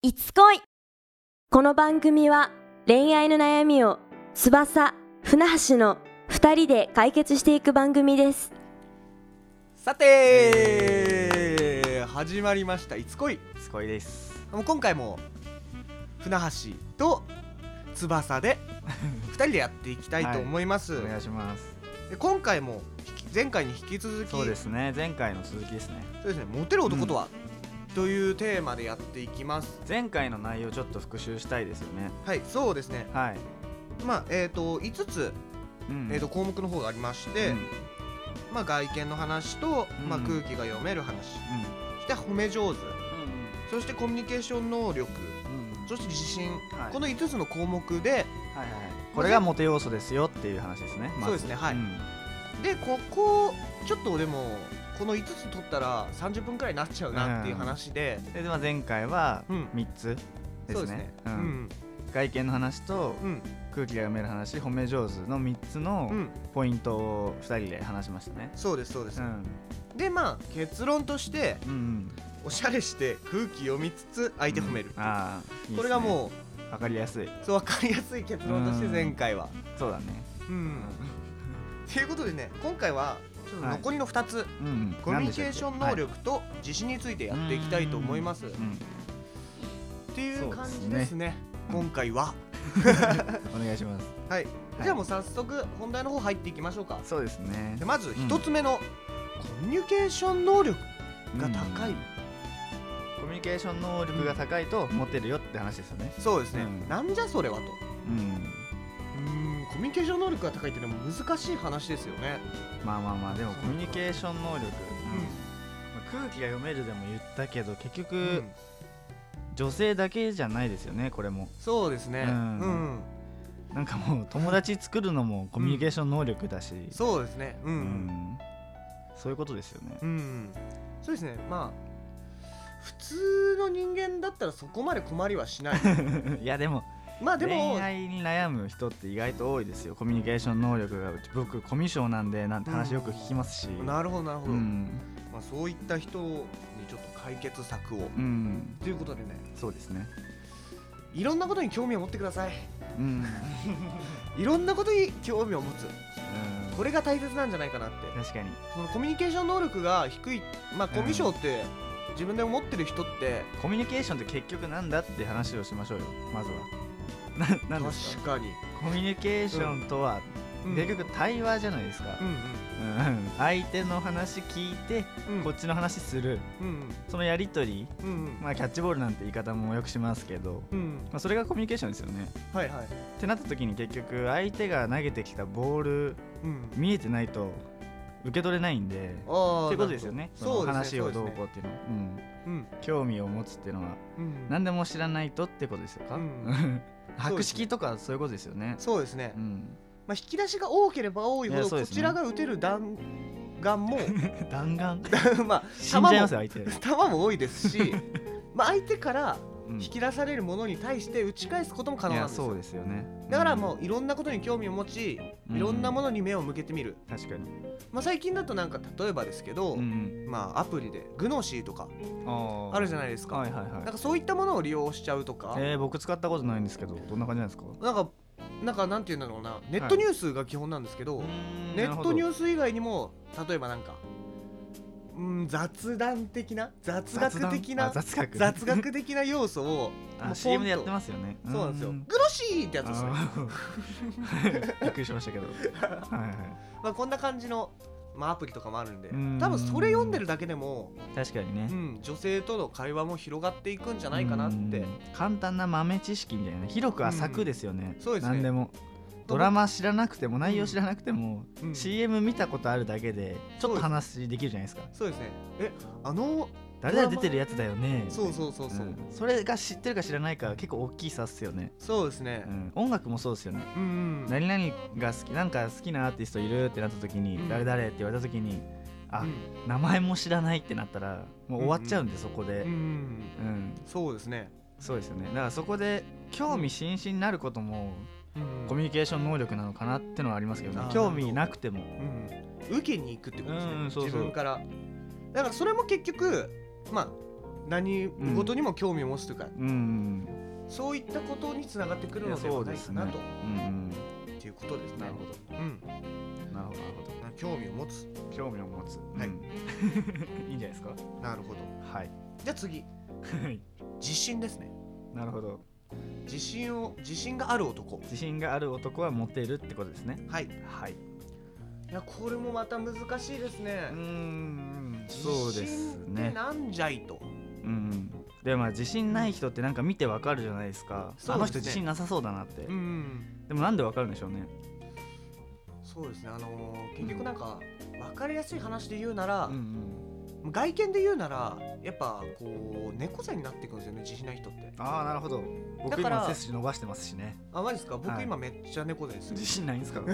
いつ恋。この番組は恋愛の悩みを翼、船橋の2人で解決していく番組です。 さて、始まりましたいつ恋。 いつ恋です。 今回も船橋と翼で2人でやっていきたいと思います、 お願いします。 で今回も前回に引き続き、 そうですね、前回の続きですね。 そうですね、モテる男とは、というテーマでやっていきます。 前回の内容ちょっと復習したいですよね。 はい、そうですね。 はい。 5つ、項目の方がありまして、外見の話と、空気が読める話、そして褒め上手、そしてコミュニケーション能力、そして自信、この5つの項目で、 これがモテ要素ですよっていう話ですね。 そうですね、はい。で、ここちょっとでもこの5つ取ったら30分くらいになっちゃうなっていう話で、 で前回は3つですね。外見の話と空気が読める話、褒め上手の3つのポイントを2人で話しましたね。 そうですそうです。で結論として、おしゃれして空気読みつつ相手褒める、これがもう分かりやすい。 そう、分かりやすい結論として前回はそうだね。 ということでね、今回はちょっと残りの2つ、コミュニケーション能力と自信についてやっていきたいと思います、っていう感じですね、今回はお願いします。 はい、じゃあもう早速本題の方入っていきましょうか。 そうですね。 でまず1つ目の、コミュニケーション能力が高い、 コミュニケーション能力が高いとモテるよって話ですよね。 そうですね、なんじゃそれはと。コミュニケーション能力が高いっていうのも難しい話ですよね。 でもコミュニケーション能力、空気が読めるでも言ったけど結局、女性だけじゃないですよね、これも。 そうですね。 なんかもう友達作るのもコミュニケーション能力だし、 そうですね。 そういうことですよね。 そうですね。普通の人間だったらそこまで困りはしないいやでも恋愛に悩む人って意外と多いですよ。コミュニケーション能力が僕コミュ障なんでなんて話よく聞きますし、 なるほどなるほど、そういった人にちょっと解決策を、ということでね。 そうですね、 いろんなことに興味を持ってください。いろんなことに興味を持つ、これが大切なんじゃないかなって。 確かにそのコミュニケーション能力が低い、コミュ障って自分で思ってる人って、 コミュニケーションって結局なんだって話をしましょうよ、まずは。なんですか？ 確かにコミュニケーションとは、結局対話じゃないですか。相手の話聞いて、こっちの話する、そのやりとり、キャッチボールなんて言い方もよくしますけど、それがコミュニケーションですよね。ってなった時に結局相手が投げてきたボール、見えてないと受け取れないんで、っていうことですよね。その話をどうこうっていうの、興味を持つっていうのは、何でも知らないとってことですよか。博識とかそういうことですよね。 そうですね。引き出しが多ければ多いほど、こちらが打てる弾丸も弾丸死んじゃいますよ、相手。球も多いですし相手から引き出されるものに対して打ち返すことも可能なんですよ。 そうですよね。 だからもういろんなことに興味を持ち、いろんなものに目を向けてみる。 確かに。 最近だとなんか例えばですけど、アプリでグノシーとかあるじゃないですか。なんかそういったものを利用しちゃうとか。 僕使ったことないんですけど、どんな感じなんですか？ なんていうんだろうな、ネットニュースが基本なんですけど、ネットニュース以外にも例えばなんか雑談的な、雑学的な要素を CM でやってますよね。 そうなんですよ。グロシーってやつですね。 びっくりしましたけどこんな感じのアプリとかもあるんで、多分それ読んでるだけでも確かにね、 女性との会話も広がっていくんじゃないかなって。 簡単な豆知識みたいな、広く浅くですよね。 そうですね。 何でもドラマ知らなくても内容知らなくても、CM 見たことあるだけでちょっと話できるじゃないですか。 そうですね。 誰々出てるやつだよね。 そう、 それが知ってるか知らないか結構大きい差っすよね。 そうですね。 音楽もそうですよね。何々が好き、なんか好きなアーティストいるってなった時に、誰々って言われた時に、名前も知らないってなったらもう終わっちゃうんで、そこで。 そうですね。 そうですよね。だからそこで興味津々になることもコミュニケーション能力なのかなってのはありますけどね。興味なくても受けに行くってことですね、自分から。だからそれも結局何事にも興味を持つというか、そういったことにつながってくるのではないかなと、っていうことですね。 なるほど、なるほど、なるほど。 興味を持つ、 はい、いいんじゃないですか。 なるほど。 はい。 じゃあ次自信ですね。 なるほど。 自信がある男。 自信がある男はモテるってことですね。 はいはい。いや、これもまた難しいですね。 そうですね。 自信ってなんじゃいと。 でも自信ない人ってなんか見てわかるじゃないですか。あの人自信なさそうだなって。でもなんでわかるんでしょうね。 そうですね。結局なんか分かりやすい話で言うなら、外見で言うならやっぱこう猫背になっていくんですよね、自信ない人って。 ああ、なるほど。僕今背筋伸ばしてますしね。 あ、マジですか。僕今めっちゃ猫背です。 自信ないんですか。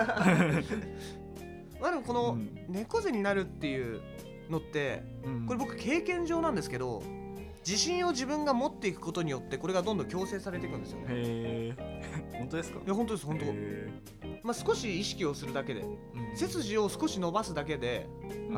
まあでもこの猫背になるっていうのって、これ僕経験上なんですけど、自信を自分が持っていくことによってこれがどんどん強制されていくんですよね。 へえ。本当ですか。 いや本当です、本当。まあ少し意識をするだけで、背筋を少し伸ばすだけで、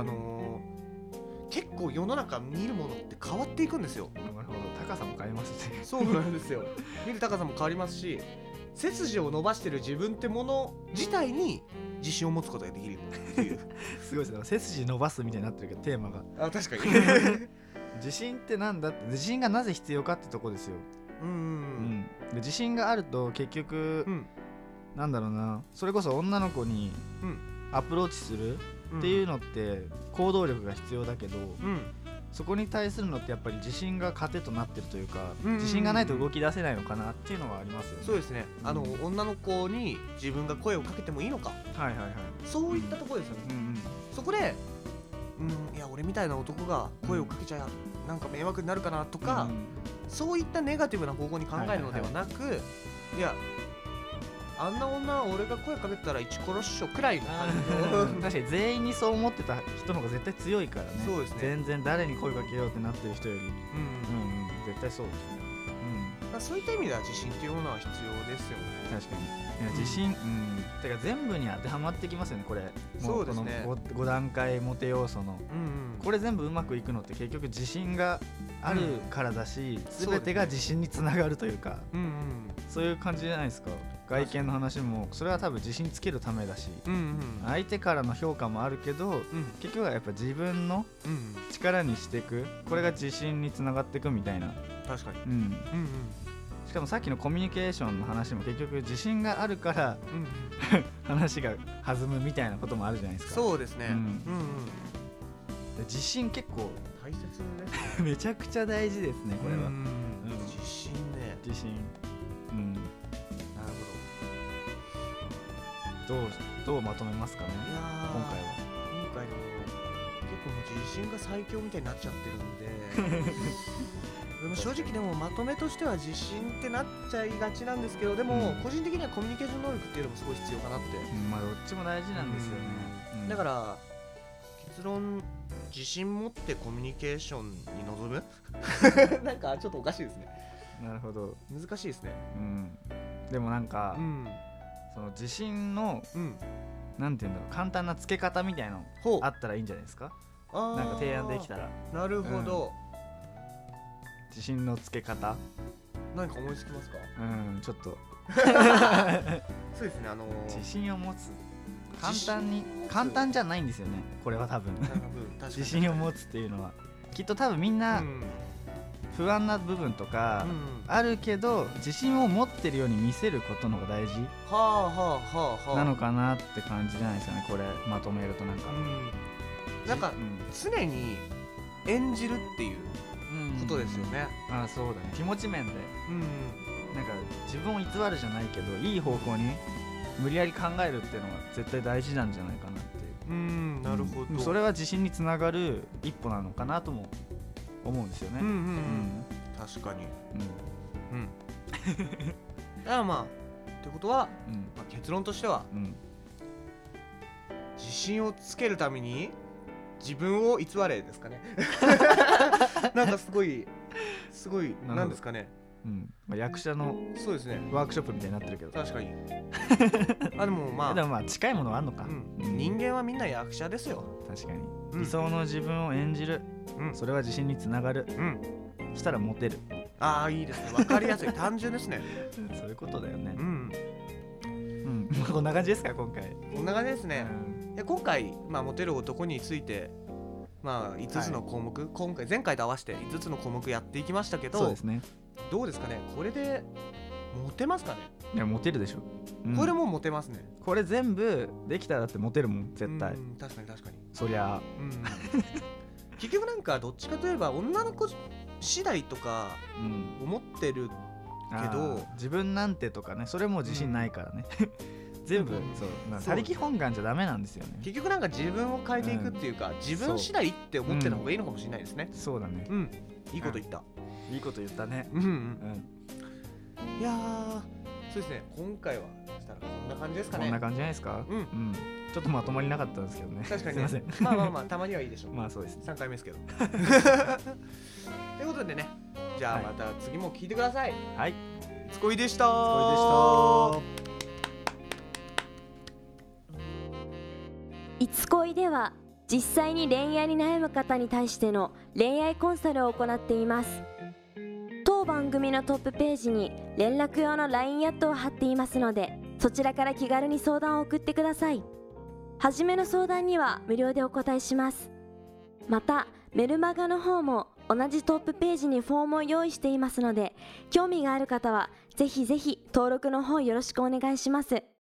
結構世の中見るものって変わっていくんですよ。 なるほど。高さも変えますね。 そうなんですよ。見る高さも変わりますし、背筋を伸ばしてる自分ってもの自体に自信を持つことができるっていうすごいですね。背筋伸ばすみたいになってるけどテーマが。 あ、確かに。 自信ってなんだって、自信がなぜ必要かってとこですよ。で自信があると結局、なんだろうな、それこそ女の子にアプローチするっていうのって行動力が必要だけど、そこに対するのってやっぱり自信が糧となってるというか、自信がないと動き出せないのかなっていうのはありますよね。 そうですね。女の子に自分が声をかけてもいいのか、そういったところですよね。そこでいや俺みたいな男が声をかけちゃなんか迷惑になるかなとか、そういったネガティブな方向に考えるのではなく、いやあんな女は俺が声かけたら一殺しょくらいの感じ。 確かに全員にそう思ってた人の方が絶対強いからね。 そうですね。 全然誰に声かけようってなってる人より、絶対そうですね。 そういった意味では自信っていうものは必要ですよね。 確かに。いや自信、てか全部に当てはまってきますよね、これ。 そうですね。 この 5段階モテ要素の、これ全部うまくいくのって結局自信があるからだし、全てが自信につながるというか、そういう感じじゃないですか。外見の話もそれは多分自信つけるためだし、相手からの評価もあるけど、結局はやっぱ自分の力にしていく、これが自信につながっていくみたいな。 確かに。 しかもさっきのコミュニケーションの話も結局自信があるから、話が弾むみたいなこともあるじゃないですか。 そうですね。 自信結構大切ね。 めちゃくちゃ大事ですね、これは。 自信ね。 自信。 なるほど。どうまとめますかね。今回の結構もう自信が最強みたいになっちゃってるんで。でも正直でもまとめとしては自信ってなっちゃいがちなんですけど、でも個人的にはコミュニケーション能力っていうのもすごい必要かなって。 まあどっちも大事なんですよね。 だから結論、自信持ってコミュニケーションに臨むなんかちょっとおかしいですね。 なるほど。 難しいですね。 でもなんか、その自信の、なんていうんだろう、簡単なつけ方みたいなのあったらいいんじゃないですか。なんか提案できたら。 なるほど。 自信のつけ方何か思いつきますか。 ちょっとそうですね。 自信を持つ、簡単じゃないんですよね、これは多分。自信を持つっていうのはきっと多分みんな不安な部分とかあるけど、自信を持ってるように見せることの方が大事なのかなって感じじゃないですかね、これまとめると。 なんか常に演じるっていうことですよね。 そうだね。気持ち面でなんか自分を偽るじゃないけど、いい方向に無理やり考えるっていうのが絶対大事なんじゃないかなっていう。 なるほど。 それは自信につながる一歩なのかなとも思うんですよね。 確かに。だからまあってことは、結論としては、自信をつけるために自分を偽れですかね。なんかすごいなんですかね。 役者のそうですね、 ワークショップみたいになってるけど。 確かに。でもまあ近いものはあるのか。 人間はみんな役者ですよ。 確かに。理想の自分を演じる。 それは自信につながる、そしたらモテる。 ああ、いいですね、分かりやすい単純ですねそういうことだよね。こんな感じですか今回。 こんな感じですね。今回、モテる男について5つの項目、前回と合わせて5つの項目やっていきましたけど、 そうですね。 どうですかね、これでモテますかね。 いや、モテるでしょ。 これもモテますね。 これ全部できたらだってモテるもん絶対。 確かに確かに。 そりゃ結局なんかどっちかといえば女の子次第とか思ってるけど、 自分なんてとかね、それも自信ないからね全部そう他力本願じゃダメなんですよね。 結局なんか自分を変えていくっていうか、自分次第って思ってた方がいいのかもしれないですね。 そうだね。 いいこと言った。 いいこと言ったね。 いやー、そうですね、今回はしたらこんな感じですかね。 こんな感じじゃないですか。ちょっとまとまりなかったんですけどね。 確かにね。 すいません。 たまにはいいでしょう。 そうですね。 3回目ですけどということでね、じゃあまた次も聞いてください。 はい、 いつこいでした。 いつ恋では実際に恋愛に悩む方に対しての恋愛コンサルを行っています。当番組のトップページに連絡用の LINE アットを貼っていますので、そちらから気軽に相談を送ってください。はじめの相談には無料でお答えします。またメルマガの方も同じトップページにフォームを用意していますので、興味がある方はぜひぜひ登録の方よろしくお願いします。